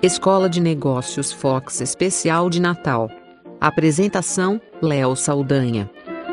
Escola de Negócios Fox Especial de Natal. Apresentação: Léo Saldanha.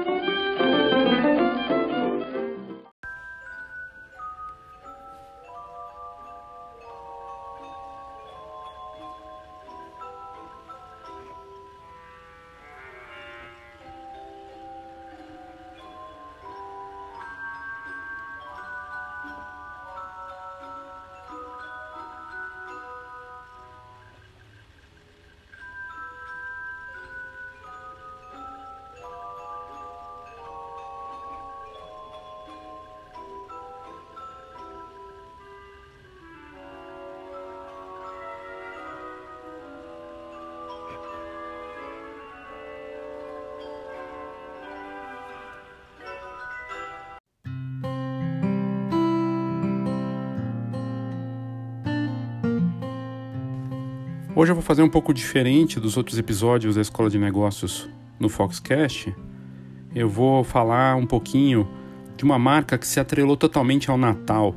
Hoje eu vou fazer um pouco diferente dos outros episódios da Escola de Negócios no Foxcast. Eu vou falar um pouquinho de uma marca que se atrelou totalmente ao Natal.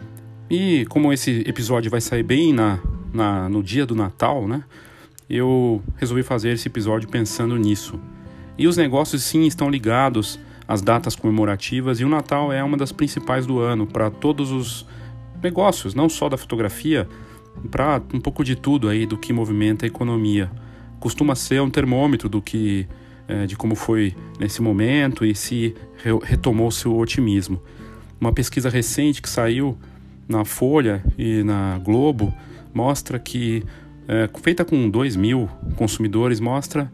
E como esse episódio vai sair bem no dia do Natal, né? Eu resolvi fazer esse episódio pensando nisso. E os negócios sim estão ligados às datas comemorativas, e o Natal é uma das principais do ano para todos os negócios, não só da fotografia, para um pouco de tudo aí do que movimenta a economia. Costuma ser um termômetro de como foi nesse momento e se retomou seu otimismo. Uma pesquisa recente que saiu na Folha e na Globo mostra que, feita com 2.000 consumidores, mostra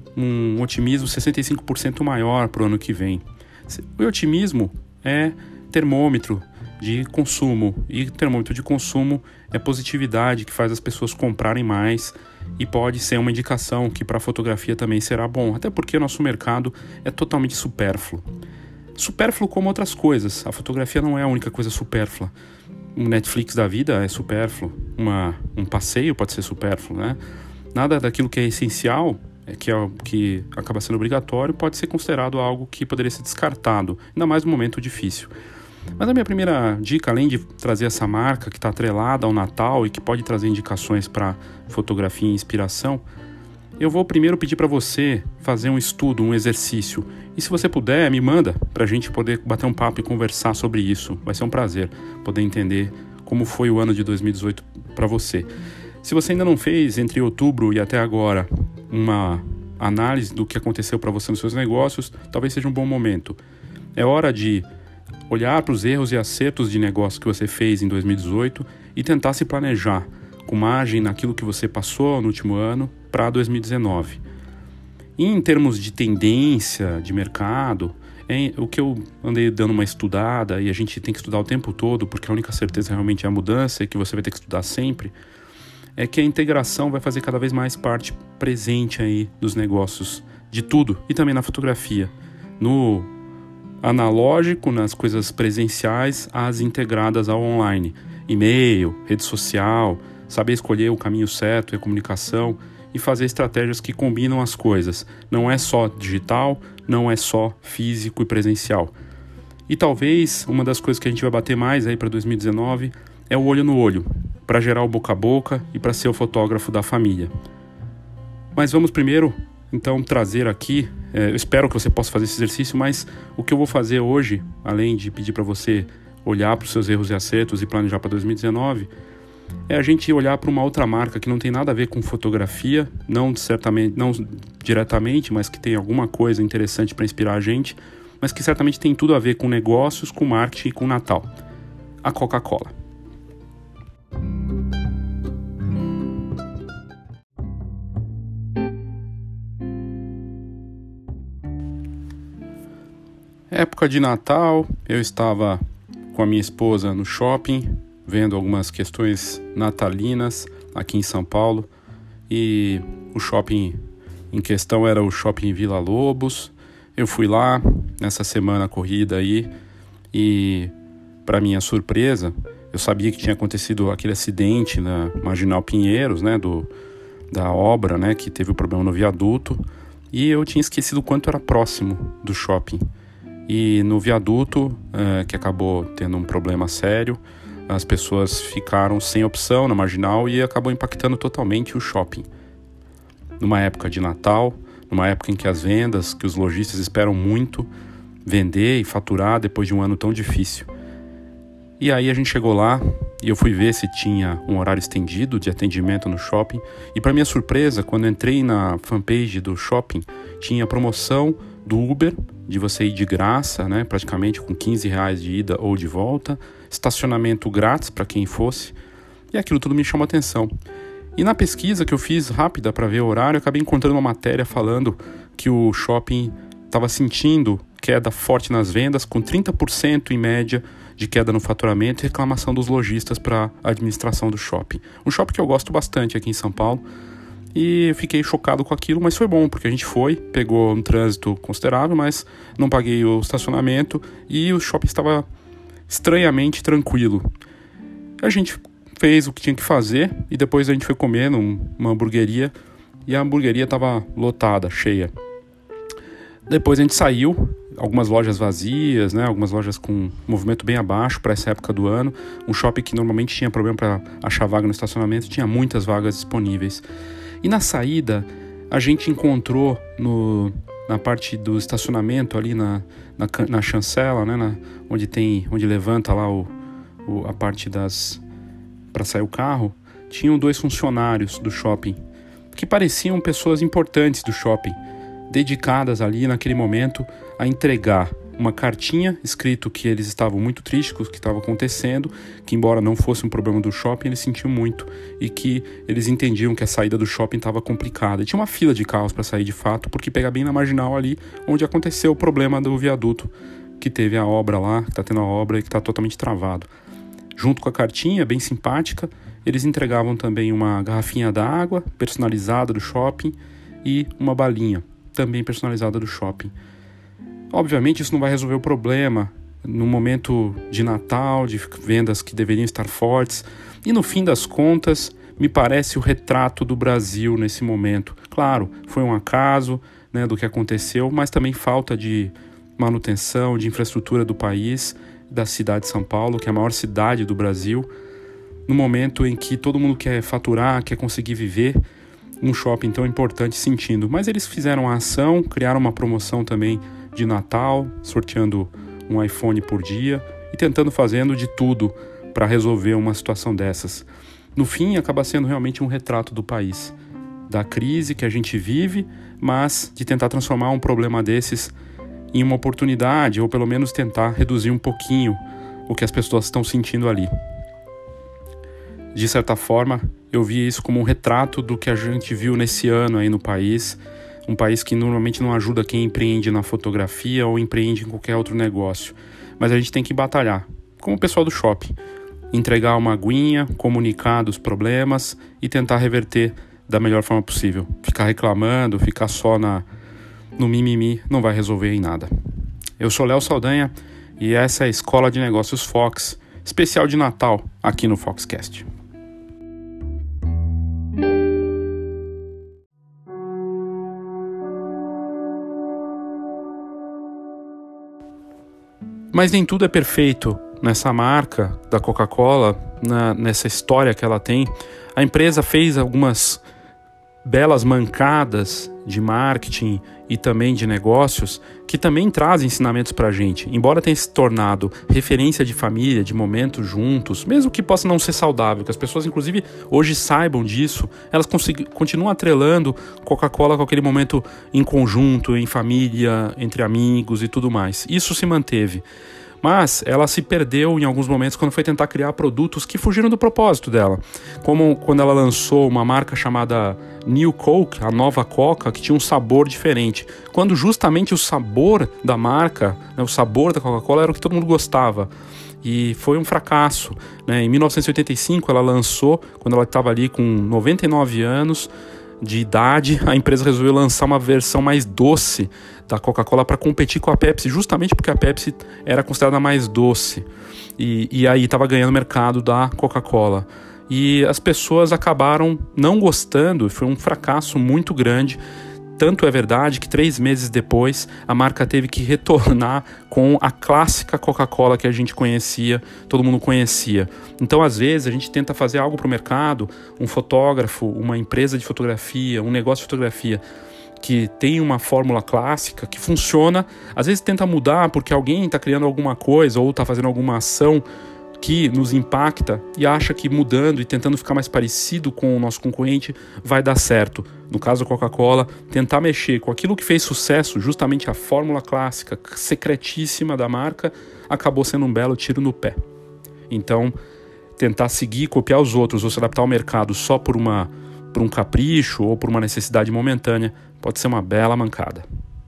um otimismo 65% maior para o ano que vem. O otimismo é termômetro de consumo, e termômetro de consumo é positividade, que faz as pessoas comprarem mais, e pode ser uma indicação que para a fotografia também será bom, até porque o nosso mercado é totalmente supérfluo. Supérfluo como outras coisas, a fotografia não é a única coisa supérflua. Um Netflix da vida é supérfluo, um passeio pode ser supérfluo, né? Nada daquilo que é essencial, que acaba sendo obrigatório, pode ser considerado algo que poderia ser descartado, ainda mais num momento difícil. Mas a minha primeira dica, além de trazer essa marca que está atrelada ao Natal e que pode trazer indicações para fotografia e inspiração, eu vou primeiro pedir para você fazer um estudo, um exercício. E se você puder, me manda para a gente poder bater um papo e conversar sobre isso. Vai ser um prazer poder entender como foi o ano de 2018 para você. Se você ainda não fez, entre outubro e até agora, uma análise do que aconteceu para você nos seus negócios, talvez seja um bom momento. É hora de olhar para os erros e acertos de negócio que você fez em 2018 e tentar se planejar com margem naquilo que você passou no último ano para 2019. E em termos de tendência de mercado, o que eu andei dando uma estudada, e a gente tem que estudar o tempo todo, porque a única certeza realmente é a mudança, e que você vai ter que estudar sempre, é que a integração vai fazer cada vez mais parte presente aí dos negócios, de tudo, e também na fotografia, no analógico, nas coisas presenciais, às integradas ao online. E-mail, rede social, saber escolher o caminho certo e a comunicação e fazer estratégias que combinam as coisas. Não é só digital, não é só físico e presencial. E talvez uma das coisas que a gente vai bater mais aí para 2019 é o olho no olho, para gerar o boca a boca e para ser o fotógrafo da família. Mas vamos primeiro então trazer aqui, eu espero que você possa fazer esse exercício, mas o que eu vou fazer hoje, além de pedir para você olhar para os seus erros e acertos e planejar para 2019, é a gente olhar para uma outra marca que não tem nada a ver com fotografia, não diretamente, mas que tem alguma coisa interessante para inspirar a gente, mas que certamente tem tudo a ver com negócios, com marketing e com Natal. A Coca-Cola. Época de Natal, eu estava com a minha esposa no shopping, vendo algumas questões natalinas aqui em São Paulo, e o shopping em questão era o Shopping Vila Lobos. Eu fui lá nessa semana corrida aí e, para minha surpresa, eu sabia que tinha acontecido aquele acidente na Marginal Pinheiros, né, da obra, né, que teve o problema no viaduto, e eu tinha esquecido o quanto era próximo do shopping. E no viaduto, que acabou tendo um problema sério, as pessoas ficaram sem opção na Marginal e acabou impactando totalmente o shopping. Numa época de Natal, numa época em que as vendas, que os lojistas esperam muito vender e faturar depois de um ano tão difícil. E aí a gente chegou lá e eu fui ver se tinha um horário estendido de atendimento no shopping. E para minha surpresa, quando eu entrei na fanpage do shopping, tinha promoção do Uber, de você ir de graça, né, praticamente com R$15 de ida ou de volta, estacionamento grátis para quem fosse, e aquilo tudo me chamou a atenção. E na pesquisa que eu fiz rápida para ver o horário, eu acabei encontrando uma matéria falando que o shopping estava sentindo queda forte nas vendas, com 30% em média de queda no faturamento e reclamação dos lojistas para a administração do shopping. Um shopping que eu gosto bastante aqui em São Paulo, e eu fiquei chocado com aquilo, mas foi bom, porque a gente pegou um trânsito considerável, mas não paguei o estacionamento e o shopping estava estranhamente tranquilo. A gente fez o que tinha que fazer e depois a gente foi comer numa hamburgueria e a hamburgueria estava lotada, cheia. Depois a gente saiu, algumas lojas vazias, né, algumas lojas com movimento bem abaixo para essa época do ano. Um shopping que normalmente tinha problema para achar vaga no estacionamento, tinha muitas vagas disponíveis. E na saída, a gente encontrou na parte do estacionamento, ali na chancela, né, onde levanta lá a parte para sair o carro, tinham 2 funcionários do shopping, que pareciam pessoas importantes do shopping, dedicadas ali naquele momento a entregar uma cartinha escrito que eles estavam muito tristes com o que estava acontecendo, que embora não fosse um problema do shopping, eles sentiam muito e que eles entendiam que a saída do shopping estava complicada. E tinha uma fila de carros para sair de fato, porque pega bem na Marginal ali, onde aconteceu o problema do viaduto, que teve a obra lá, que está tendo a obra e que está totalmente travado. Junto com a cartinha, bem simpática, eles entregavam também uma garrafinha d'água personalizada do shopping e uma balinha, também personalizada do shopping. Obviamente isso não vai resolver o problema no momento de Natal, de vendas que deveriam estar fortes, e no fim das contas me parece o retrato do Brasil nesse momento. Claro, foi um acaso, né, do que aconteceu, mas também falta de manutenção, de infraestrutura do país, da cidade de São Paulo, que é a maior cidade do Brasil, no momento em que todo mundo quer faturar, quer conseguir viver um shopping tão importante sentindo. Mas eles fizeram a ação, criaram uma promoção também de Natal, sorteando um iPhone por dia e fazendo de tudo para resolver uma situação dessas. No fim, acaba sendo realmente um retrato do país, da crise que a gente vive, mas de tentar transformar um problema desses em uma oportunidade, ou pelo menos tentar reduzir um pouquinho o que as pessoas estão sentindo ali. De certa forma, eu vi isso como um retrato do que a gente viu nesse ano aí no país, um país que normalmente não ajuda quem empreende na fotografia ou empreende em qualquer outro negócio. Mas a gente tem que batalhar, como o pessoal do shopping, entregar uma aguinha, comunicar dos problemas e tentar reverter da melhor forma possível. Ficar reclamando, ficar só no mimimi, não vai resolver em nada. Eu sou Léo Saldanha e essa é a Escola de Negócios Fox, especial de Natal aqui no Foxcast. Mas nem tudo é perfeito nessa marca da Coca-Cola, nessa história que ela tem. A empresa fez algumas belas mancadas de marketing e também de negócios que também trazem ensinamentos para a gente. Embora tenha se tornado referência de família, de momentos juntos, mesmo que possa não ser saudável, que as pessoas inclusive hoje saibam disso, elas continuam atrelando Coca-Cola com aquele momento em conjunto, em família, entre amigos e tudo mais. Isso se manteve. Mas ela se perdeu em alguns momentos quando foi tentar criar produtos que fugiram do propósito dela. Como quando ela lançou uma marca chamada New Coke, a nova Coca, que tinha um sabor diferente. Quando justamente o sabor da marca, né, o sabor da Coca-Cola era o que todo mundo gostava. E foi um fracasso, né? Em 1985 ela lançou, quando ela estava ali com 99 anos de idade, a empresa resolveu lançar uma versão mais doce da Coca-Cola para competir com a Pepsi, justamente porque a Pepsi era considerada mais doce e aí estava ganhando mercado da Coca-Cola. E as pessoas acabaram não gostando, foi um fracasso muito grande, Tanto é verdade que 3 meses depois a marca teve que retornar com a clássica Coca-Cola que a gente conhecia, todo mundo conhecia. Então, às vezes, a gente tenta fazer algo para o mercado, um fotógrafo, uma empresa de fotografia, um negócio de fotografia que tem uma fórmula clássica que funciona, às vezes tenta mudar porque alguém está criando alguma coisa ou está fazendo alguma ação que nos impacta e acha que mudando e tentando ficar mais parecido com o nosso concorrente vai dar certo. No caso da Coca-Cola, tentar mexer com aquilo que fez sucesso, justamente a fórmula clássica, secretíssima da marca, acabou sendo um belo tiro no pé. Então, tentar seguir, copiar os outros ou se adaptar ao mercado só por um capricho ou por uma necessidade momentânea pode ser uma bela mancada.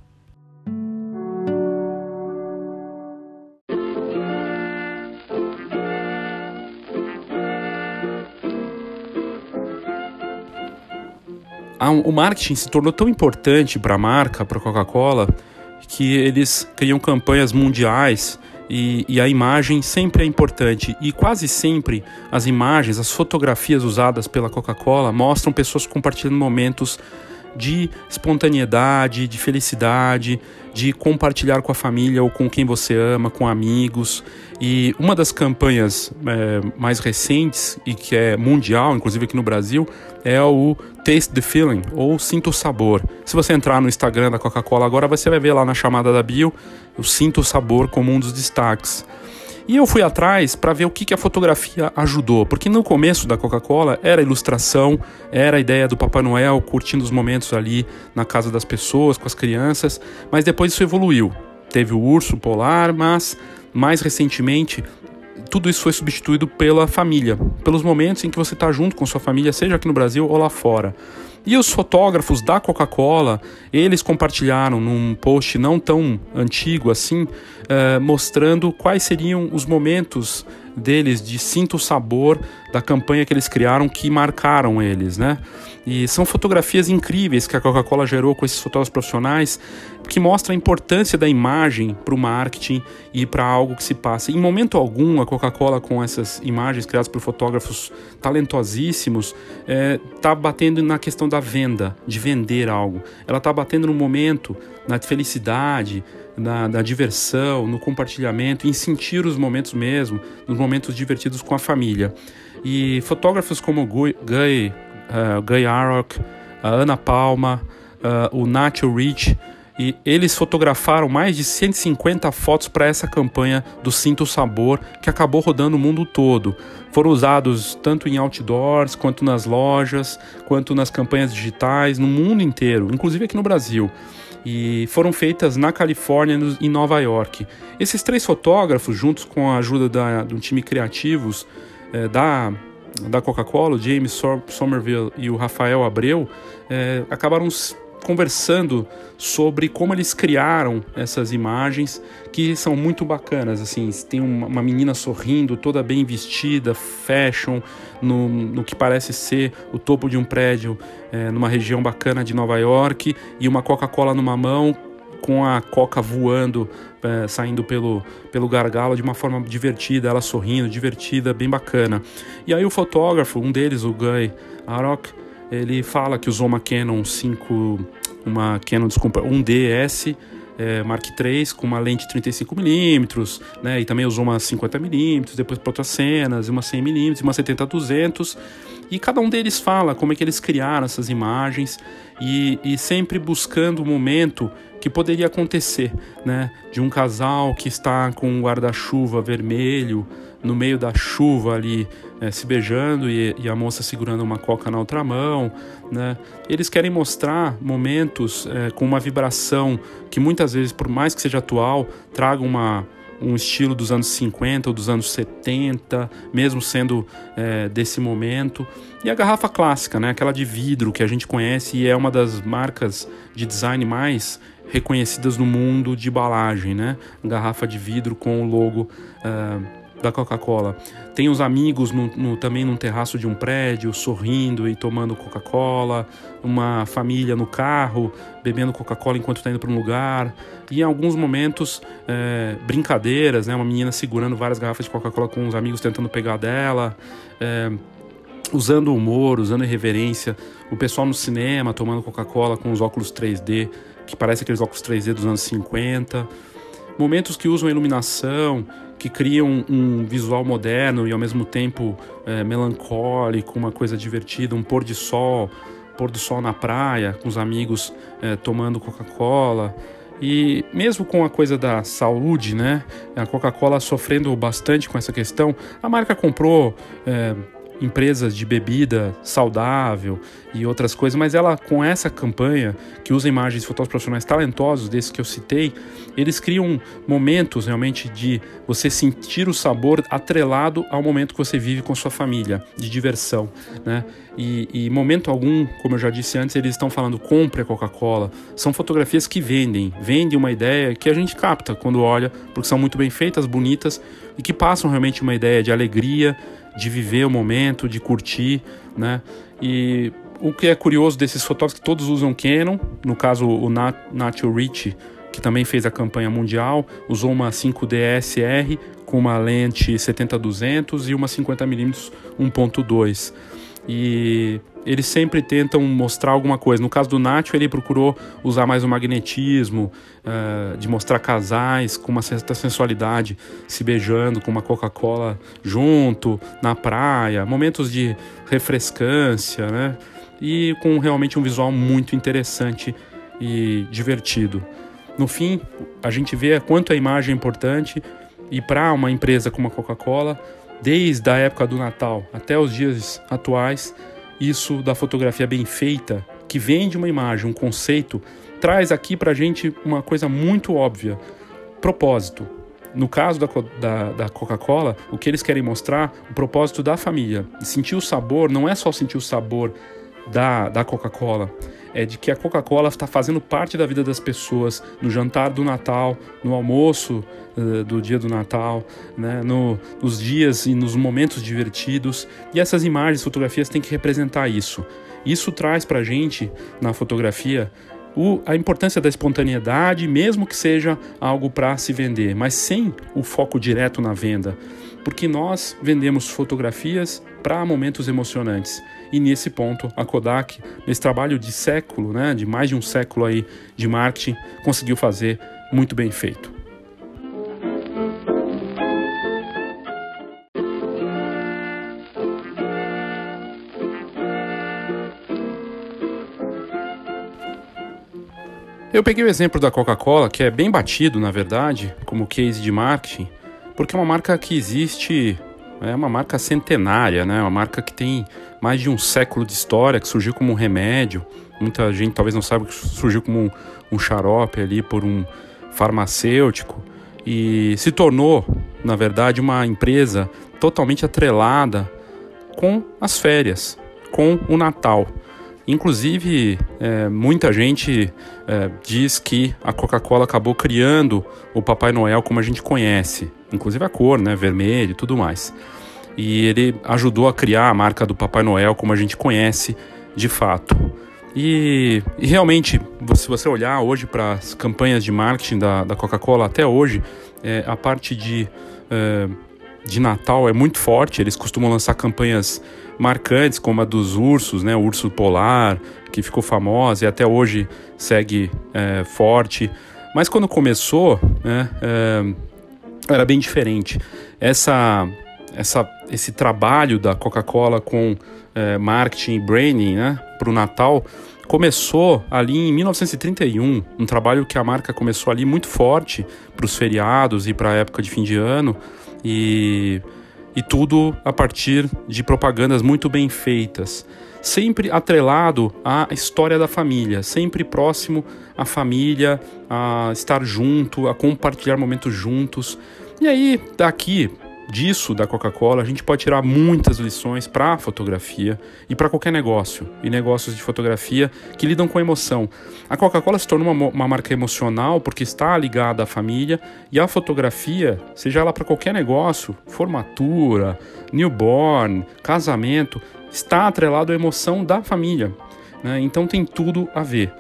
O marketing se tornou tão importante para a marca, para a Coca-Cola, que eles criam campanhas mundiais e a imagem sempre é importante. E quase sempre as imagens, as fotografias usadas pela Coca-Cola mostram pessoas compartilhando momentos de espontaneidade, de felicidade, de compartilhar com a família ou com quem você ama, com amigos. E uma das campanhas mais recentes e que é mundial, inclusive aqui no Brasil, é o Taste the Feeling, ou Sinta o Sabor. Se você entrar no Instagram da Coca-Cola agora, você vai ver lá na chamada da bio o Sinta o Sabor como um dos destaques. E eu fui atrás para ver o que a fotografia ajudou, porque no começo da Coca-Cola era a ilustração, era a ideia do Papai Noel curtindo os momentos ali na casa das pessoas, com as crianças, mas depois isso evoluiu. Teve o urso polar, mas mais recentemente tudo isso foi substituído pela família, pelos momentos em que você está junto com sua família, seja aqui no Brasil ou lá fora. E os fotógrafos da Coca-Cola, eles compartilharam num post não tão antigo assim, mostrando quais seriam os momentos deles de Sinta o Sabor da campanha que eles criaram que marcaram eles, né? E são fotografias incríveis que a Coca-Cola gerou com esses fotógrafos profissionais que mostram a importância da imagem para o marketing e para algo que se passa. Em momento algum, a Coca-Cola, com essas imagens criadas por fotógrafos talentosíssimos, está batendo na questão da venda, de vender algo. Ela está batendo no momento, na felicidade, na diversão, no compartilhamento, em sentir os momentos mesmo, nos momentos divertidos com a família. E fotógrafos como Guy Arrock, a Ana Palma, o Nacho Rich, e eles fotografaram mais de 150 fotos para essa campanha do Sinta o Sabor, que acabou rodando o mundo todo. Foram usados tanto em outdoors, quanto nas lojas, quanto nas campanhas digitais, no mundo inteiro, inclusive aqui no Brasil. E foram feitas na Califórnia e em Nova York. Esses 3 fotógrafos, juntos com a ajuda de um time criativos da Coca-Cola, o James Somerville e o Rafael Abreu, acabaram conversando sobre como eles criaram essas imagens que são muito bacanas. Assim, tem uma menina sorrindo, toda bem vestida, fashion, no que parece ser o topo de um prédio numa região bacana de Nova York, e uma Coca-Cola numa mão, com a Coca voando, saindo pelo gargalo de uma forma divertida, ela sorrindo, divertida, bem bacana. E aí o fotógrafo, um deles, o Guy Arrock, ele fala que usou uma Canon 1DS Mark III com uma lente 35mm, né, e também usou uma 50mm, depois para outras cenas, uma 100mm, uma 70-200, e cada um deles fala como é que eles criaram essas imagens e sempre buscando o momento que poderia acontecer, né, de um casal que está com um guarda-chuva vermelho no meio da chuva ali, se beijando e a moça segurando uma coca na outra mão, né? Eles querem mostrar momentos com uma vibração que muitas vezes, por mais que seja atual, traga um estilo dos anos 50 ou dos anos 70, mesmo sendo desse momento. E a garrafa clássica, né? Aquela de vidro que a gente conhece e é uma das marcas de design mais reconhecidas no mundo de embalagem, né? Garrafa de vidro com o logo da Coca-Cola. Tem os amigos também num terraço de um prédio, sorrindo e tomando Coca-Cola, uma família no carro, bebendo Coca-Cola enquanto está indo para um lugar, e em alguns momentos brincadeiras, né? Uma menina segurando várias garrafas de Coca-Cola com os amigos tentando pegar dela, usando humor, usando irreverência, o pessoal no cinema tomando Coca-Cola com os óculos 3D, que parece aqueles óculos 3D dos anos 50, momentos que usam iluminação, que criam um visual moderno e ao mesmo tempo melancólico, uma coisa divertida, um pôr do sol na praia, com os amigos tomando Coca-Cola. E mesmo com a coisa da saúde, né, a Coca-Cola sofrendo bastante com essa questão, a marca comprou empresas de bebida saudável e outras coisas, mas ela, com essa campanha, que usa imagens de fotógrafos profissionais talentosos, desses que eu citei, eles criam momentos realmente de você sentir o sabor atrelado ao momento que você vive com sua família, de diversão, né? E momento algum, como eu já disse antes, eles estão falando compre a Coca-Cola. São fotografias que vendem uma ideia que a gente capta quando olha, porque são muito bem feitas, bonitas e que passam realmente uma ideia de alegria, de viver o momento, de curtir, né? E o que é curioso desses fotógrafos que todos usam Canon, no caso o Nacho Ricci, que também fez a campanha mundial, usou uma 5D SR com uma lente 70-200 e uma 50mm 1.2. E eles sempre tentam mostrar alguma coisa. No caso do Nacho, ele procurou usar mais o magnetismo, de mostrar casais com uma certa sensualidade, se beijando com uma Coca-Cola junto, na praia, momentos de refrescância, né? E com realmente um visual muito interessante e divertido. No fim, a gente vê quanto a imagem é importante, e para uma empresa como a Coca-Cola, desde a época do Natal até os dias atuais, isso da fotografia bem feita, que vende uma imagem, um conceito, traz aqui pra gente uma coisa muito óbvia: propósito. No caso da Coca-Cola, o que eles querem mostrar, o propósito da família. E sentir o sabor não é só sentir o sabor da Coca-Cola, é de que a Coca-Cola está fazendo parte da vida das pessoas, no jantar do Natal, no almoço do dia do Natal, né, nos dias e nos momentos divertidos. E essas imagens, fotografias têm que representar isso. Isso traz para a gente, na fotografia, a importância da espontaneidade, mesmo que seja algo para se vender, mas sem o foco direto na venda, porque nós vendemos fotografias para momentos emocionantes. E nesse ponto, a Kodak, nesse trabalho de século, né, de mais de um século aí de marketing, conseguiu fazer muito bem feito. Eu peguei o exemplo da Coca-Cola, que é bem batido, na verdade, como case de marketing, porque é uma marca que existe, é uma marca centenária, né? Uma marca que tem mais de um século de história, que surgiu como um remédio. Muita gente talvez não saiba que surgiu como um xarope ali por um farmacêutico e se tornou, na verdade, uma empresa totalmente atrelada com as férias, com o Natal. Inclusive, muita gente diz que a Coca-Cola acabou criando o Papai Noel como a gente conhece, inclusive a cor, né, vermelho e tudo mais. E ele ajudou a criar a marca do Papai Noel como a gente conhece de fato. E realmente, se você olhar hoje para as campanhas de marketing da Coca-Cola, até hoje, a parte de Natal é muito forte. Eles costumam lançar campanhas marcantes, como a dos ursos, né? O urso polar, que ficou famosa e até hoje segue forte. Mas quando começou, né, era bem diferente. Esse trabalho da Coca-Cola com marketing e branding, né, para o Natal começou ali em 1931, um trabalho que a marca começou ali muito forte para os feriados e para a época de fim de ano, e tudo a partir de propagandas muito bem feitas, sempre atrelado à história da família, sempre próximo à família, a estar junto, a compartilhar momentos juntos. E aí, disso da Coca-Cola, a gente pode tirar muitas lições para a fotografia e para qualquer negócio, e negócios de fotografia que lidam com emoção. A Coca-Cola se tornou uma marca emocional porque está ligada à família, e a fotografia, seja ela para qualquer negócio, formatura, newborn, casamento, está atrelado à emoção da família, né? Então tem tudo a ver.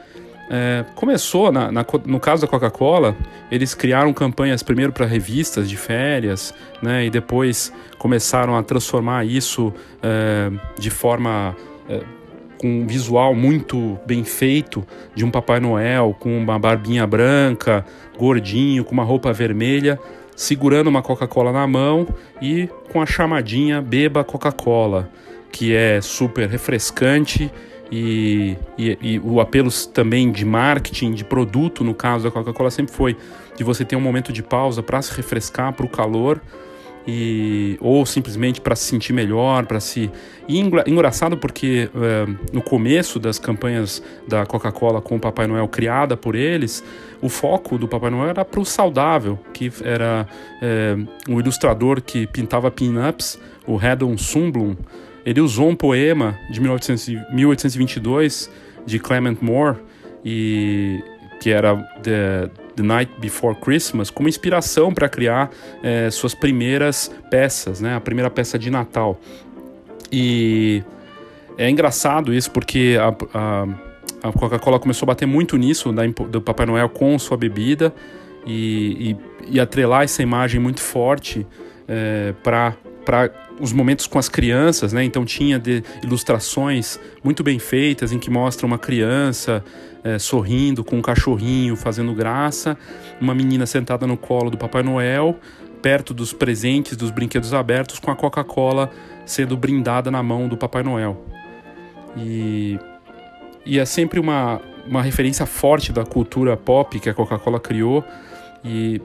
Começou, no caso da Coca-Cola, eles criaram campanhas primeiro para revistas de férias, né, e depois começaram a transformar isso de forma com um visual muito bem feito, de um Papai Noel com uma barbinha branca, gordinho, com uma roupa vermelha, segurando uma Coca-Cola na mão e com a chamadinha Beba Coca-Cola, que é super refrescante. E o apelo também de marketing, de produto, no caso da Coca-Cola, sempre foi de você ter um momento de pausa para se refrescar para o calor, ou simplesmente para se sentir melhor, E engraçado porque no começo das campanhas da Coca-Cola com o Papai Noel criada por eles, o foco do Papai Noel era para o saudável, que era um ilustrador que pintava pin-ups, o Haddon Sundblom. Ele usou um poema de 1822 de Clement Moore, que era The Night Before Christmas, como inspiração para criar suas primeiras peças, né? A primeira peça de Natal. E é engraçado isso porque a Coca-Cola começou a bater muito nisso, do Papai Noel com sua bebida, e atrelar essa imagem muito forte para os momentos com as crianças, né? Então tinha ilustrações muito bem feitas em que mostra uma criança sorrindo com um cachorrinho fazendo graça, uma menina sentada no colo do Papai Noel, perto dos presentes, dos brinquedos abertos, com a Coca-Cola sendo brindada na mão do Papai Noel. E é sempre uma referência forte da cultura pop que a Coca-Cola criou, e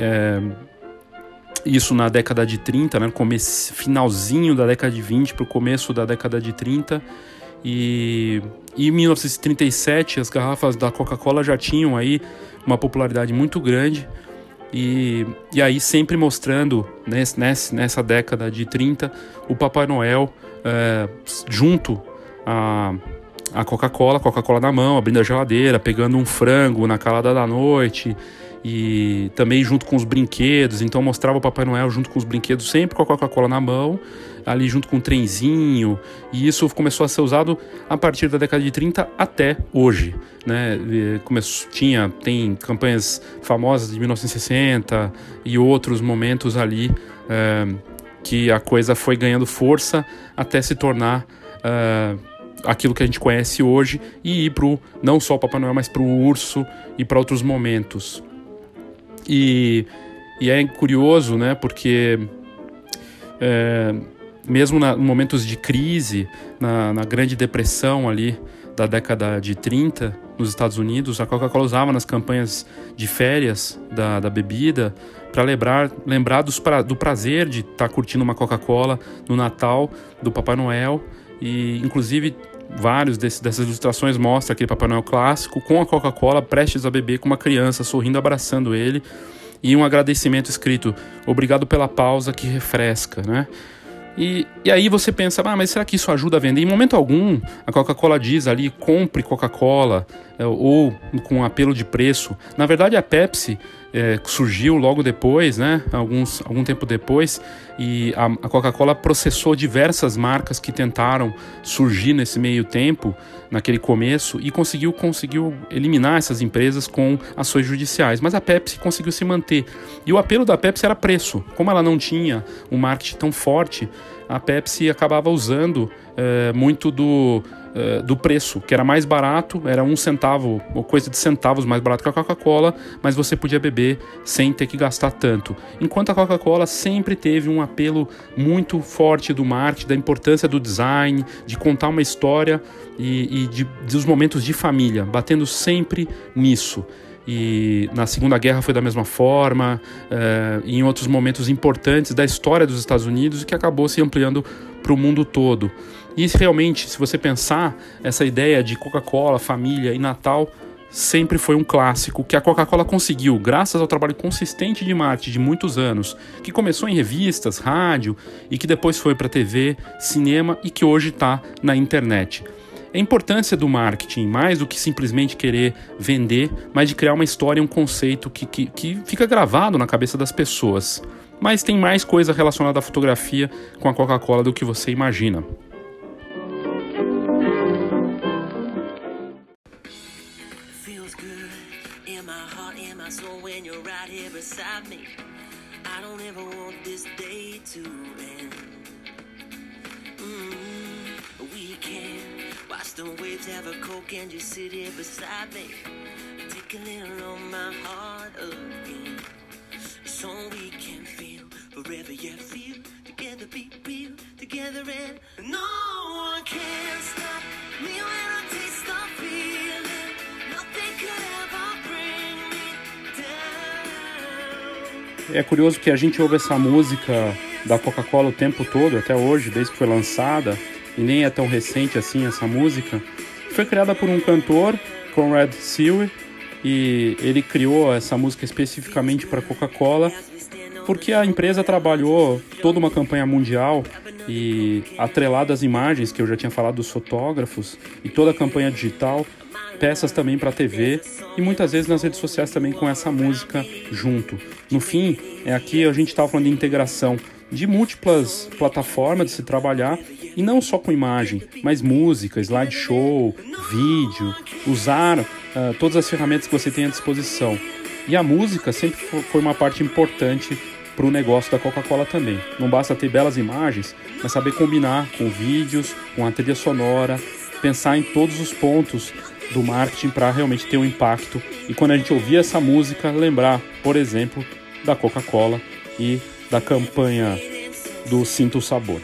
isso na década de 30, né, finalzinho da década de 20 para o começo da década de 30, e em 1937 as garrafas da Coca-Cola já tinham aí uma popularidade muito grande, e aí sempre mostrando nessa década de 30 o Papai Noel junto a Coca-Cola na mão, abrindo a geladeira, pegando um frango na calada da noite, e também junto com os brinquedos. Então mostrava o Papai Noel junto com os brinquedos, sempre com a Coca-Cola na mão, ali junto com um trenzinho, e isso começou a ser usado a partir da década de 30 até hoje, né? Tem campanhas famosas de 1960 e outros momentos ali que a coisa foi ganhando força até se tornar aquilo que a gente conhece hoje, e ir não só o Papai Noel, mas para o urso e para outros momentos. E é curioso, né, porque mesmo em momentos de crise, na Grande Depressão ali da década de 30, nos Estados Unidos, a Coca-Cola usava nas campanhas de férias da bebida para lembrar do prazer de estar curtindo uma Coca-Cola no Natal do Papai Noel. E inclusive vários dessas ilustrações mostram aquele Papai Noel clássico com a Coca-Cola prestes a beber, com uma criança sorrindo, abraçando ele, e um agradecimento escrito: obrigado pela pausa que refresca, né? E aí você pensa, mas será que isso ajuda a vender? Em momento algum a Coca-Cola diz ali: compre Coca-Cola, ou com apelo de preço. Na verdade a Pepsi surgiu logo depois, né? Algum tempo depois, e a Coca-Cola processou diversas marcas que tentaram surgir nesse meio tempo, naquele começo, e conseguiu eliminar essas empresas com ações judiciais. Mas a Pepsi conseguiu se manter, e o apelo da Pepsi era preço. Como ela não tinha um marketing tão forte, a Pepsi acabava usando muito do preço, que era mais barato, era 1 centavo ou coisa de centavos mais barato que a Coca-Cola, mas você podia beber sem ter que gastar tanto. Enquanto a Coca-Cola sempre teve um apelo muito forte do marketing, da importância do design, de contar uma história e dos momentos de família, batendo sempre nisso. E na Segunda Guerra foi da mesma forma, e em outros momentos importantes da história dos Estados Unidos, que acabou se ampliando para o mundo todo. E realmente, se você pensar, essa ideia de Coca-Cola, família e Natal sempre foi um clássico que a Coca-Cola conseguiu, graças ao trabalho consistente de marketing de muitos anos, que começou em revistas, rádio, e que depois foi para TV, cinema, e que hoje está na internet. A importância do marketing, mais do que simplesmente querer vender, mas de criar uma história, um conceito que fica gravado na cabeça das pessoas. Mas tem mais coisa relacionada à fotografia com a Coca-Cola do que você imagina. Feel to end. We can watch the waves, have a Coke and just sit here beside me. Take a little on my heart again, so we can feel forever, yeah, feel together, be real together, and no one can stop me when I taste the feeling. Nothing could ever bring me down. É curioso que a gente ouve essa música da Coca-Cola o tempo todo, até hoje, desde que foi lançada, e nem é tão recente assim essa música. Foi criada por um cantor, Conrad Seawy, e ele criou essa música especificamente para Coca-Cola, porque a empresa trabalhou toda uma campanha mundial e atrelada às imagens, que eu já tinha falado dos fotógrafos, e toda a campanha digital, peças também para a TV e muitas vezes nas redes sociais também com essa música junto. No fim, aqui a gente estava falando de integração de múltiplas plataformas de se trabalhar, e não só com imagem, mas música, slideshow, vídeo, usar todas as ferramentas que você tem à disposição. E a música sempre foi uma parte importante para o negócio da Coca-Cola também. Não basta ter belas imagens, mas saber combinar com vídeos, com a trilha sonora, pensar em todos os pontos do marketing para realmente ter um impacto. E quando a gente ouvir essa música, lembrar, por exemplo, da Coca-Cola e da campanha do Sinta o Sabor.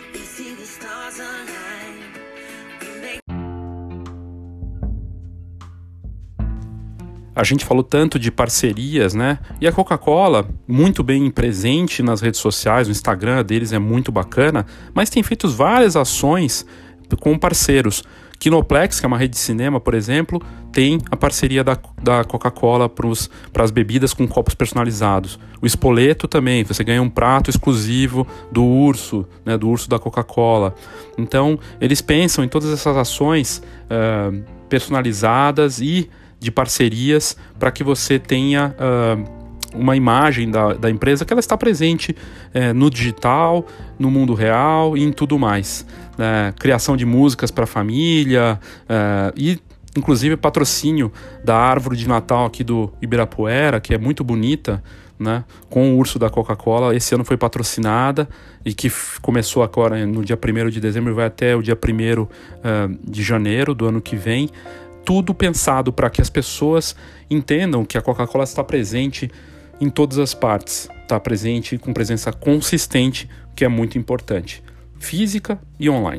A gente falou tanto de parcerias, né? E a Coca-Cola, muito bem presente nas redes sociais, o Instagram deles é muito bacana, mas tem feito várias ações com parceiros. Kinoplex, que é uma rede de cinema, por exemplo, tem a parceria da Coca-Cola para as bebidas com copos personalizados. O Spoleto também, você ganha um prato exclusivo do urso, né, do urso da Coca-Cola. Então, eles pensam em todas essas ações personalizadas e de parcerias para que você tenha uma imagem da empresa que ela está presente no digital, no mundo real e em tudo mais. Criação de músicas para a família e inclusive patrocínio da árvore de Natal aqui do Ibirapuera, que é muito bonita, né, com o urso da Coca-Cola. Esse ano foi patrocinada e que começou agora no dia 1º de dezembro e vai até o dia 1º de janeiro do ano que vem. Tudo pensado para que as pessoas entendam que a Coca-Cola está presente em todas as partes, está presente com presença consistente, que é muito importante, física e online.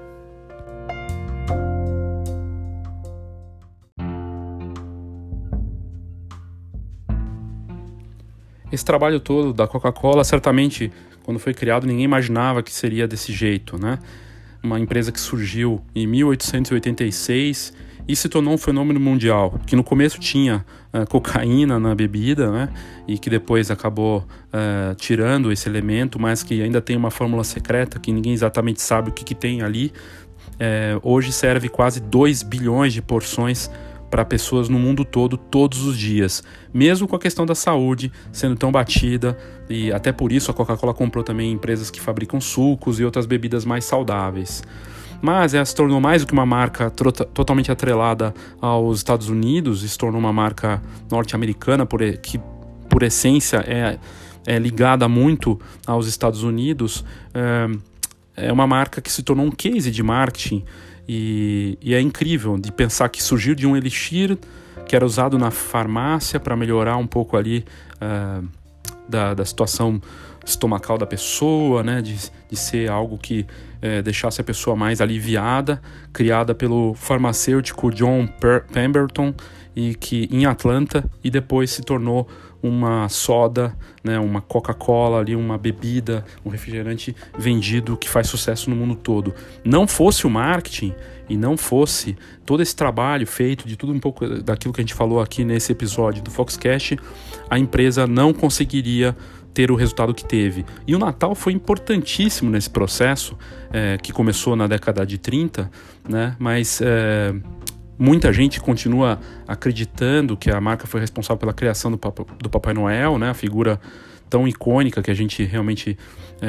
Esse trabalho todo da Coca-Cola, certamente, quando foi criado, ninguém imaginava que seria desse jeito, né? Uma empresa que surgiu em 1886 e se tornou um fenômeno mundial, que no começo tinha cocaína na bebida, né? E que depois acabou tirando esse elemento, mas que ainda tem uma fórmula secreta que ninguém exatamente sabe o que tem ali. Hoje serve quase 2 bilhões de porções para pessoas no mundo todo, todos os dias, mesmo com a questão da saúde sendo tão batida, e até por isso a Coca-Cola comprou também empresas que fabricam sucos e outras bebidas mais saudáveis. Mas ela se tornou mais do que uma marca totalmente atrelada aos Estados Unidos, se tornou uma marca norte-americana, que por essência é ligada muito aos Estados Unidos. É uma marca que se tornou um case de marketing, e é incrível de pensar que surgiu de um elixir que era usado na farmácia para melhorar um pouco ali da situação estomacal da pessoa, né, de ser algo que deixasse a pessoa mais aliviada, criada pelo farmacêutico John Pemberton, e que em Atlanta, e depois se tornou uma soda, né, uma Coca-Cola ali, uma bebida, um refrigerante vendido que faz sucesso no mundo todo. Não fosse o marketing e não fosse todo esse trabalho feito de tudo um pouco daquilo que a gente falou aqui nesse episódio do Foxcast, a empresa não conseguiria ter o resultado que teve. E o Natal foi importantíssimo nesse processo, que começou na década de 30, né, mas muita gente continua acreditando que a marca foi responsável pela criação do Papai Noel, né? A figura tão icônica que a gente realmente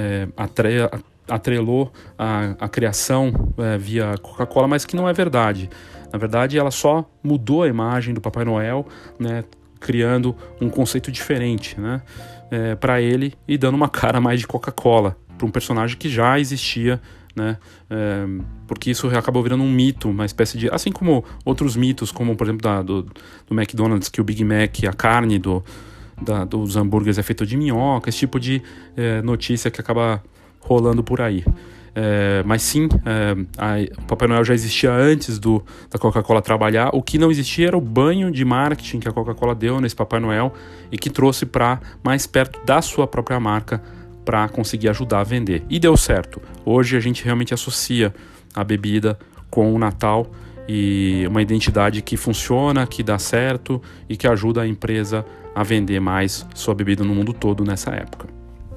atrelou a criação via Coca-Cola, mas que não é verdade. Na verdade, ela só mudou a imagem do Papai Noel, né? Criando um conceito diferente, né? Para ele, e dando uma cara mais de Coca-Cola, para um personagem que já existia, né? Porque isso acabou virando um mito, uma espécie de... Assim como outros mitos, como por exemplo do McDonald's, que o Big Mac, a carne dos hambúrgueres é feita de minhoca, esse tipo de notícia que acaba rolando por aí. Mas sim, o Papai Noel já existia antes da Coca-Cola trabalhar. O que não existia era o banho de marketing que a Coca-Cola deu nesse Papai Noel e que trouxe para mais perto da sua própria marca para conseguir ajudar a vender. E deu certo. Hoje a gente realmente associa a bebida com o Natal e uma identidade que funciona, que dá certo e que ajuda a empresa a vender mais sua bebida no mundo todo nessa época.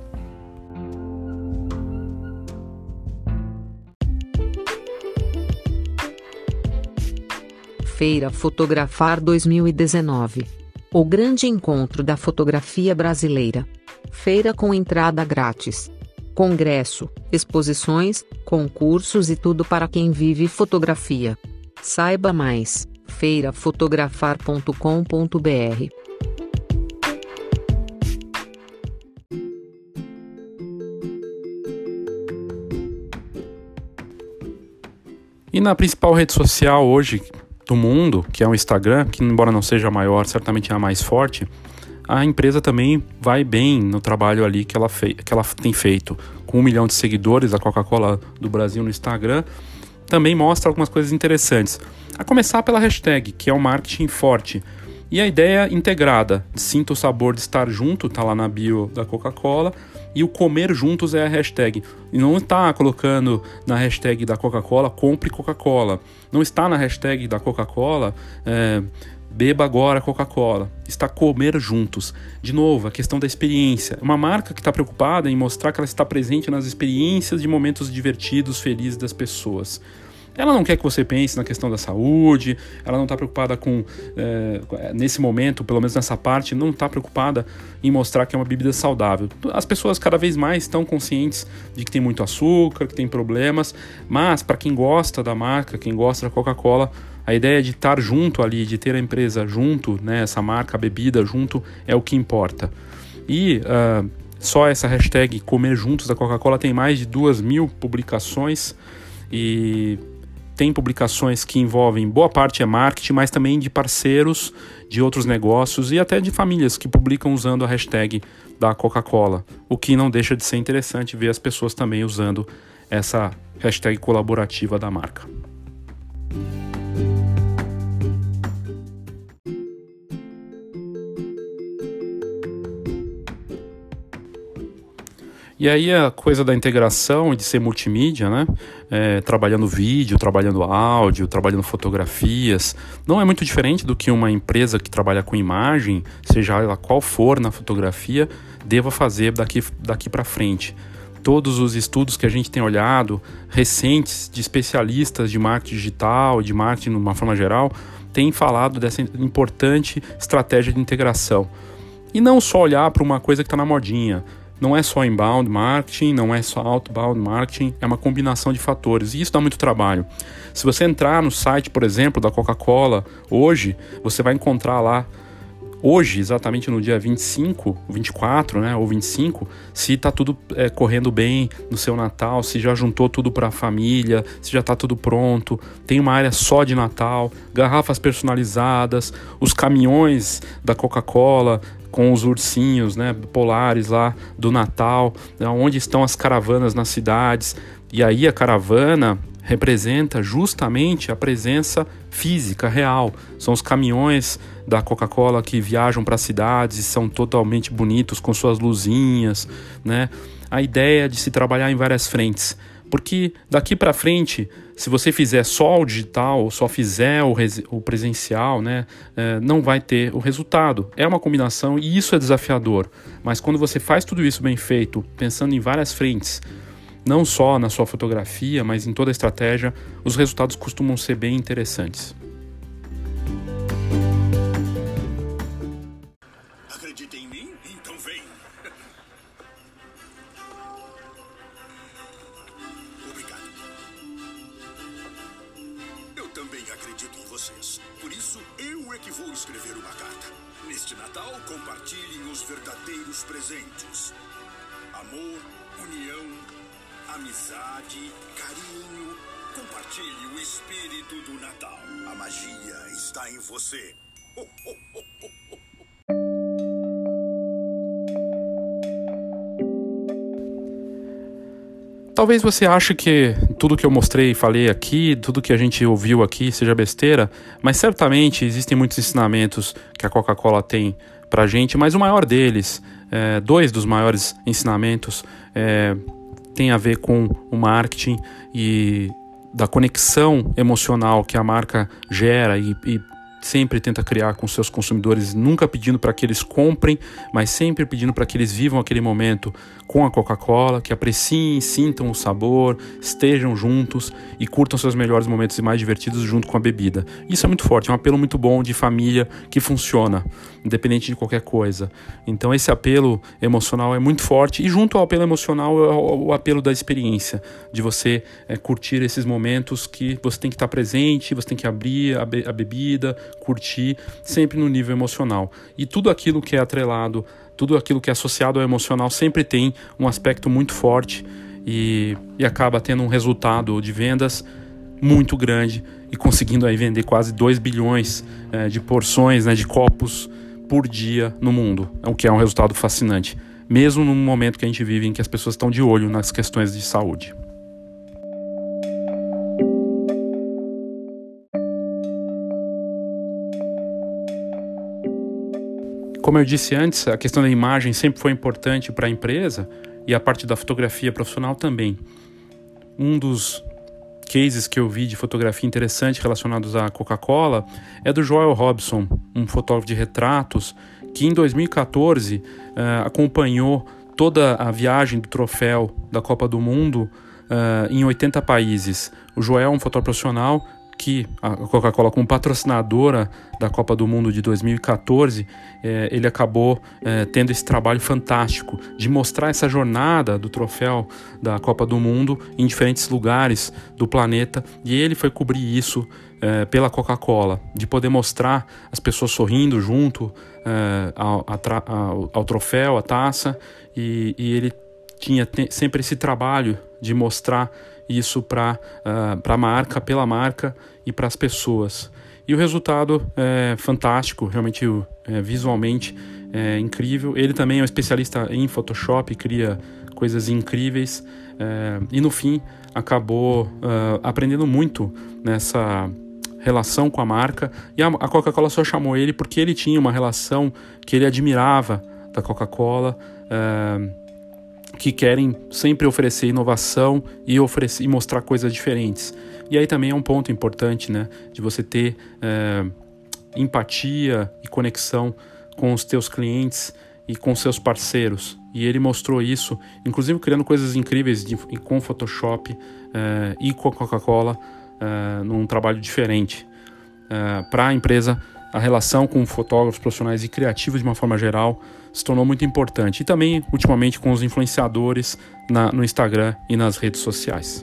Feira Fotografar 2019. O grande encontro da fotografia brasileira. Feira com entrada grátis. Congresso, exposições, concursos e tudo para quem vive fotografia. Saiba mais, feirafotografar.com.br. E na principal rede social hoje do mundo, que é o Instagram, que embora não seja a maior, certamente é a mais forte, a empresa também vai bem no trabalho ali que ela tem feito. Com 1 milhão de seguidores, a Coca-Cola do Brasil no Instagram, também mostra algumas coisas interessantes. A começar pela hashtag, que é um marketing forte. E a ideia integrada, sinta o sabor de estar junto, tá lá na bio da Coca-Cola, e o comer juntos é a hashtag. E não está colocando na hashtag da Coca-Cola, compre Coca-Cola. Não está na hashtag da Coca-Cola, beba agora Coca-Cola. Está comer juntos. De novo, a questão da experiência. Uma marca que está preocupada em mostrar que ela está presente nas experiências de momentos divertidos, felizes das pessoas. Ela não quer que você pense na questão da saúde, ela não está preocupada com, nesse momento, pelo menos nessa parte, não está preocupada em mostrar que é uma bebida saudável. As pessoas cada vez mais estão conscientes de que tem muito açúcar, que tem problemas, mas para quem gosta da marca, quem gosta da Coca-Cola, a ideia de estar junto ali, de ter a empresa junto, né, essa marca, a bebida junto, é o que importa. E só essa hashtag Comer Juntos da Coca-Cola tem mais de 2.000 publicações e tem publicações que envolvem, boa parte é marketing, mas também de parceiros de outros negócios e até de famílias que publicam usando a hashtag da Coca-Cola, o que não deixa de ser interessante ver as pessoas também usando essa hashtag colaborativa da marca. E aí a coisa da integração e de ser multimídia, né? Trabalhando vídeo, trabalhando áudio, trabalhando fotografias, não é muito diferente do que uma empresa que trabalha com imagem, seja ela qual for na fotografia, deva fazer daqui para frente. Todos os estudos que a gente tem olhado, recentes, de especialistas de marketing digital, de marketing de uma forma geral, têm falado dessa importante estratégia de integração. E não só olhar para uma coisa que está na modinha. Não é só inbound marketing, não é só outbound marketing, é uma combinação de fatores e isso dá muito trabalho. Se você entrar no site, por exemplo, da Coca-Cola, hoje, você vai encontrar lá, hoje, exatamente no dia 25, 24, né, ou 25, se está tudo correndo bem no seu Natal, se já juntou tudo para a família, se já está tudo pronto, tem uma área só de Natal, garrafas personalizadas, os caminhões da Coca-Cola, com os ursinhos, né, polares lá do Natal, onde estão as caravanas nas cidades. E aí a caravana representa justamente a presença física, real. São os caminhões da Coca-Cola que viajam para as cidades e são totalmente bonitos, com suas luzinhas, né? A ideia de se trabalhar em várias frentes. Porque daqui para frente, se você fizer só o digital ou só fizer o presencial, né, não vai ter o resultado. É uma combinação e isso é desafiador. Mas quando você faz tudo isso bem feito, pensando em várias frentes, não só na sua fotografia, mas em toda a estratégia, os resultados costumam ser bem interessantes. Acredita em mim? Então vem. Obrigado. Eu também acredito em vocês. Por isso, eu é que vou escrever uma carta. Neste Natal, compartilhem os verdadeiros presentes. Amor, união amizade, carinho. Compartilhe o espírito do Natal. A magia está em você. Ho, ho, ho, ho, ho. Talvez você ache que tudo que eu mostrei e falei aqui, tudo que a gente ouviu aqui seja besteira, mas certamente existem muitos ensinamentos que a Coca-Cola tem pra gente, mas o maior deles, dois dos maiores ensinamentos, tem a ver com o marketing e da conexão emocional que a marca gera e sempre tenta criar com seus consumidores, nunca pedindo para que eles comprem, mas sempre pedindo para que eles vivam aquele momento com a Coca-Cola, que apreciem, sintam o sabor, estejam juntos e curtam seus melhores momentos e mais divertidos junto com a bebida. Isso é muito forte, é um apelo muito bom de família que funciona, independente de qualquer coisa. Então esse apelo emocional é muito forte, e junto ao apelo emocional é o apelo da experiência, de você curtir esses momentos que você tem que estar presente, você tem que abrir a bebida, curtir, sempre no nível emocional. E tudo aquilo que é atrelado, tudo aquilo que é associado ao emocional sempre tem um aspecto muito forte e acaba tendo um resultado de vendas muito grande e conseguindo aí vender quase 2 bilhões de porções, de copos por dia no mundo, o que é um resultado fascinante, mesmo no momento que a gente vive em que as pessoas estão de olho nas questões de saúde. Como eu disse antes, a questão da imagem sempre foi importante para a empresa e a parte da fotografia profissional também. Um dos cases que eu vi de fotografia interessante relacionados à Coca-Cola é do Joel Robson, um fotógrafo de retratos que em 2014 acompanhou toda a viagem do troféu da Copa do Mundo em 80 países. O Joel é um fotógrafo profissional que a Coca-Cola, como patrocinadora da Copa do Mundo de 2014, ele acabou tendo esse trabalho fantástico de mostrar essa jornada do troféu da Copa do Mundo em diferentes lugares do planeta, e ele foi cobrir isso pela Coca-Cola, de poder mostrar as pessoas sorrindo junto ao troféu, à taça, e ele tinha sempre esse trabalho de mostrar isso para a marca, pela marca e para as pessoas. E o resultado é fantástico, realmente visualmente é incrível. Ele também é um especialista em Photoshop, cria coisas incríveis e no fim acabou aprendendo muito nessa relação com a marca. E a Coca-Cola só chamou ele porque ele tinha uma relação que ele admirava da Coca-Cola, que querem sempre oferecer inovação e mostrar coisas diferentes. E aí também é um ponto importante, de você ter empatia e conexão com os teus clientes e com seus parceiros. E ele mostrou isso, inclusive criando coisas incríveis com Photoshop e com a Coca-Cola num trabalho diferente. Para a empresa, a relação com fotógrafos profissionais e criativos de uma forma geral se tornou muito importante. E também, ultimamente, com os influenciadores no Instagram e nas redes sociais.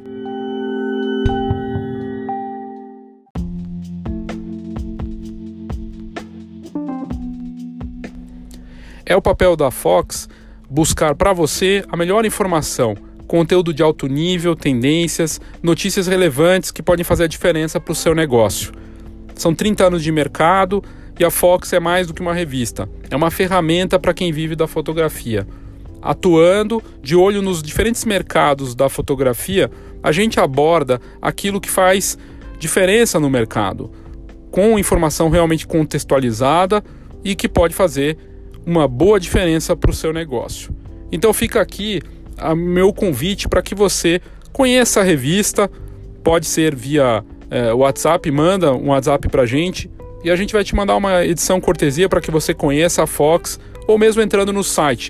É o papel da Fox buscar para você a melhor informação, conteúdo de alto nível, tendências, notícias relevantes que podem fazer a diferença para o seu negócio. São 30 anos de mercado e a Fox é mais do que uma revista. É uma ferramenta para quem vive da fotografia. Atuando de olho nos diferentes mercados da fotografia, a gente aborda aquilo que faz diferença no mercado, com informação realmente contextualizada e que pode fazer uma boa diferença para o seu negócio. Então fica aqui o meu convite para que você conheça a revista. Pode ser via WhatsApp, manda um WhatsApp para a gente e a gente vai te mandar uma edição cortesia para que você conheça a Fox, ou mesmo entrando no site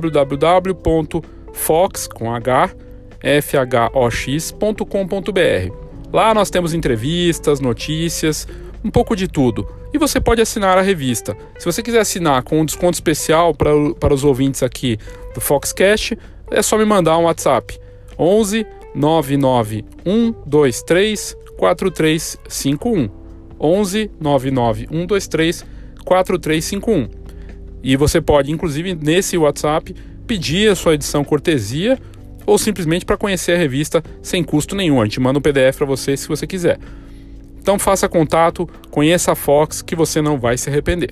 www.fox.com.br. Lá nós temos entrevistas, notícias, um pouco de tudo. E você pode assinar a revista. Se você quiser assinar com um desconto especial para os ouvintes aqui do Foxcast, é só me mandar um WhatsApp 11 991 123 4351 11 991 123 4351. E você pode, inclusive, nesse WhatsApp, pedir a sua edição cortesia ou simplesmente para conhecer a revista sem custo nenhum. A gente manda um PDF para você se você quiser. Então faça contato, conheça a Fox, que você não vai se arrepender.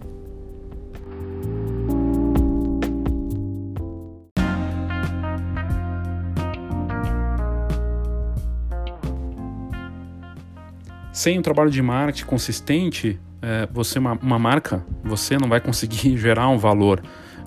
Sem um trabalho de marketing consistente, você uma marca, você não vai conseguir gerar um valor.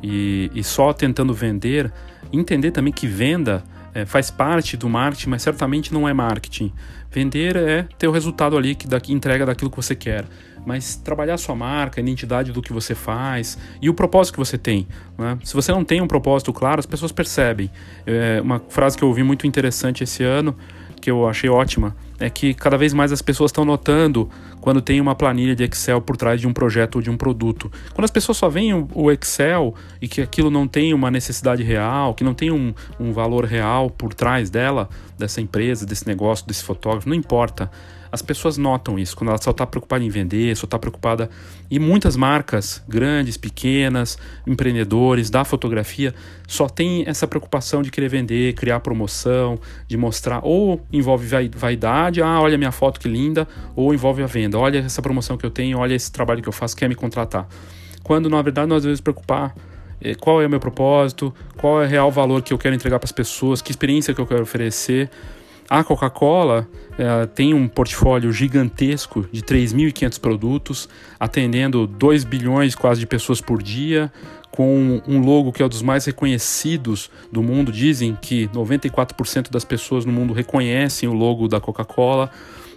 E só tentando vender, entender também que venda faz parte do marketing, mas certamente não é marketing. Vender é ter o resultado ali que entrega daquilo que você quer. Mas trabalhar a sua marca, a identidade do que você faz e o propósito que você tem, né? Se você não tem um propósito claro, as pessoas percebem. Uma frase que eu ouvi muito interessante esse ano, que eu achei ótima, é que cada vez mais as pessoas estão notando quando tem uma planilha de Excel por trás de um projeto ou de um produto. Quando as pessoas só veem o Excel e que aquilo não tem uma necessidade real, que não tem um valor real por trás dessa empresa, desse negócio, desse fotógrafo, não importa. As pessoas notam isso, quando ela só está preocupada em vender, só está preocupada... E muitas marcas, grandes, pequenas, empreendedores da fotografia, só tem essa preocupação de querer vender, criar promoção, de mostrar... Ou envolve vaidade, olha minha foto que linda, ou envolve a venda, olha essa promoção que eu tenho, olha esse trabalho que eu faço, quer me contratar. Quando, na verdade, nós devemos preocupar qual é o meu propósito, qual é o real valor que eu quero entregar para as pessoas, que experiência que eu quero oferecer. A Coca-Cola tem um portfólio gigantesco de 3.500 produtos, atendendo 2 bilhões quase de pessoas por dia, com um logo que é um dos mais reconhecidos do mundo. Dizem que 94% das pessoas no mundo reconhecem o logo da Coca-Cola.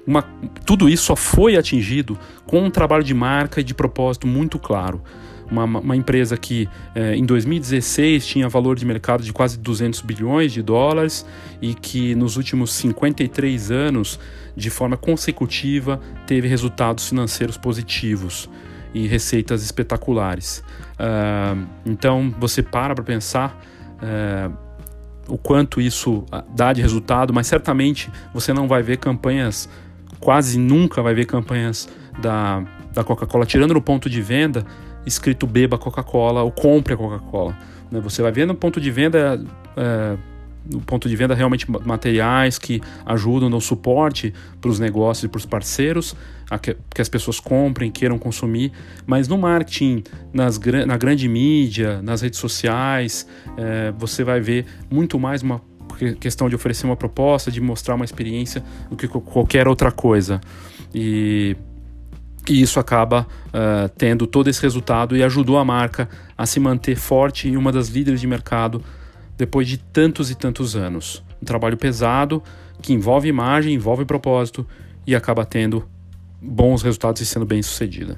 Tudo isso só foi atingido com um trabalho de marca e de propósito muito claro. Uma empresa que em 2016 tinha valor de mercado de quase 200 bilhões de dólares e que nos últimos 53 anos, de forma consecutiva, teve resultados financeiros positivos e receitas espetaculares. Então você para pensar o quanto isso dá de resultado, mas certamente você não vai ver campanhas, quase nunca vai ver campanhas da Coca-Cola, tirando no ponto de venda, escrito beba Coca-Cola ou compre a Coca-Cola. Você vai ver no ponto de venda, realmente materiais que ajudam no suporte para os negócios e para os parceiros, que as pessoas comprem, queiram consumir, mas no marketing, na grande mídia, nas redes sociais, você vai ver muito mais uma questão de oferecer uma proposta, de mostrar uma experiência do que qualquer outra coisa. E isso acaba tendo todo esse resultado e ajudou a marca a se manter forte e uma das líderes de mercado depois de tantos e tantos anos. Um trabalho pesado que envolve imagem, envolve propósito e acaba tendo bons resultados e sendo bem sucedida.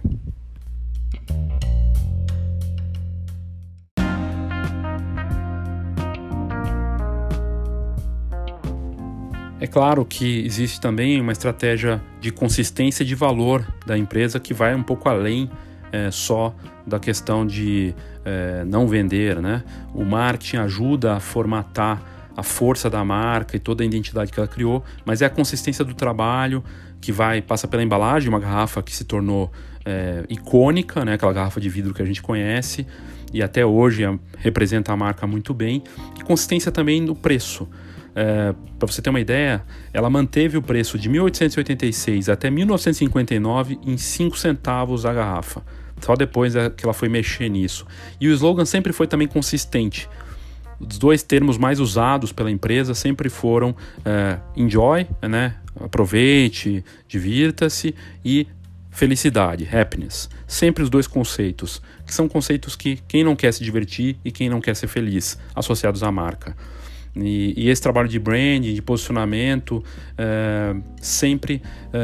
É claro que existe também uma estratégia de consistência de valor da empresa que vai um pouco além só da questão de não vender, né? O marketing ajuda a formatar a força da marca e toda a identidade que ela criou, mas é a consistência do trabalho que passa pela embalagem, uma garrafa que se tornou icônica, né? Aquela garrafa de vidro que a gente conhece e até hoje representa a marca muito bem, e consistência também no preço. Para você ter uma ideia, ela manteve o preço de 1886 até 1959 em 5 centavos a garrafa. Só depois que ela foi mexer nisso. E o slogan sempre foi também consistente. Os 2 termos mais usados pela empresa sempre foram enjoy, né? Aproveite, divirta-se, e felicidade, happiness. Sempre os 2 conceitos, que são conceitos que quem não quer se divertir e quem não quer ser feliz, associados à marca. E esse trabalho de branding, de posicionamento, sempre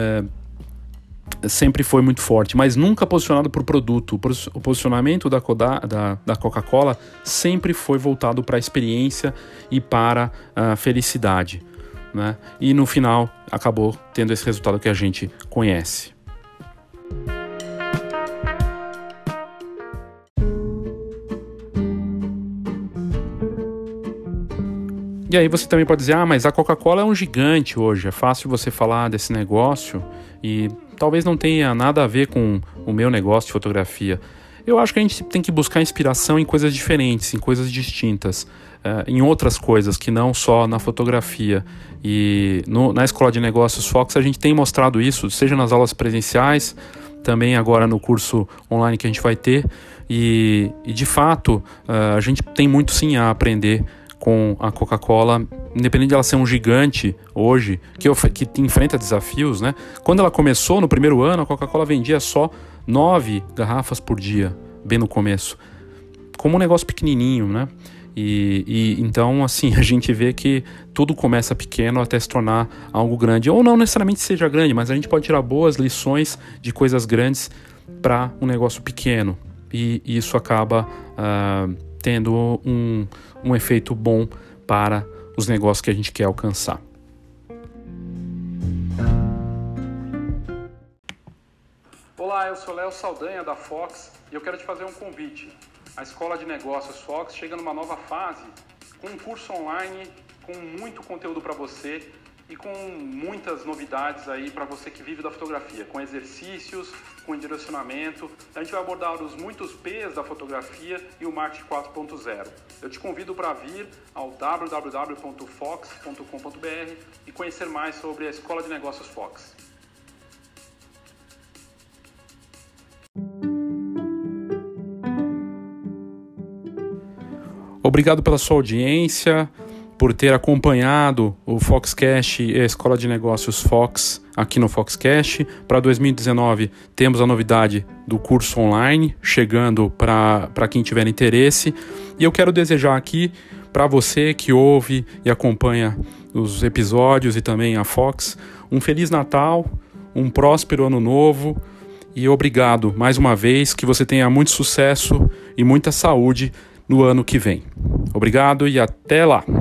foi muito forte, mas nunca posicionado por produto. O posicionamento da Coca-Cola sempre foi voltado para a experiência e para a felicidade, né? E no final acabou tendo esse resultado que a gente conhece. E aí você também pode dizer, mas a Coca-Cola é um gigante hoje, é fácil você falar desse negócio e talvez não tenha nada a ver com o meu negócio de fotografia. Eu acho que a gente tem que buscar inspiração em coisas diferentes, em coisas distintas, em outras coisas que não só na fotografia. E na Escola de Negócios Fox a gente tem mostrado isso, seja nas aulas presenciais, também agora no curso online que a gente vai ter. E de fato, a gente tem muito sim a aprender com a Coca-Cola, independente de ela ser um gigante hoje, que enfrenta desafios, né? Quando ela começou, no primeiro ano, a Coca-Cola vendia só 9 garrafas por dia, bem no começo, como um negócio pequenininho, né? E então, assim, a gente vê que tudo começa pequeno até se tornar algo grande, ou não necessariamente seja grande, mas a gente pode tirar boas lições de coisas grandes para um negócio pequeno, e isso acaba tendo um efeito bom para os negócios que a gente quer alcançar. Olá, eu sou Léo Saldanha da Fox e eu quero te fazer um convite. A Escola de Negócios Fox chega numa nova fase com um curso online com muito conteúdo para você e com muitas novidades aí para você que vive da fotografia, com exercícios, com direcionamento. A gente vai abordar os muitos P's da fotografia e o marketing 4.0. Eu te convido para vir ao www.fox.com.br e conhecer mais sobre a Escola de Negócios Fox. Obrigado pela sua audiência, por ter acompanhado o Foxcast e a Escola de Negócios Fox aqui no Foxcast. Para 2019 temos a novidade do curso online chegando para quem tiver interesse. E eu quero desejar aqui para você que ouve e acompanha os episódios e também a Fox, um Feliz Natal, um próspero Ano Novo e obrigado mais uma vez, que você tenha muito sucesso e muita saúde no ano que vem. Obrigado e até lá!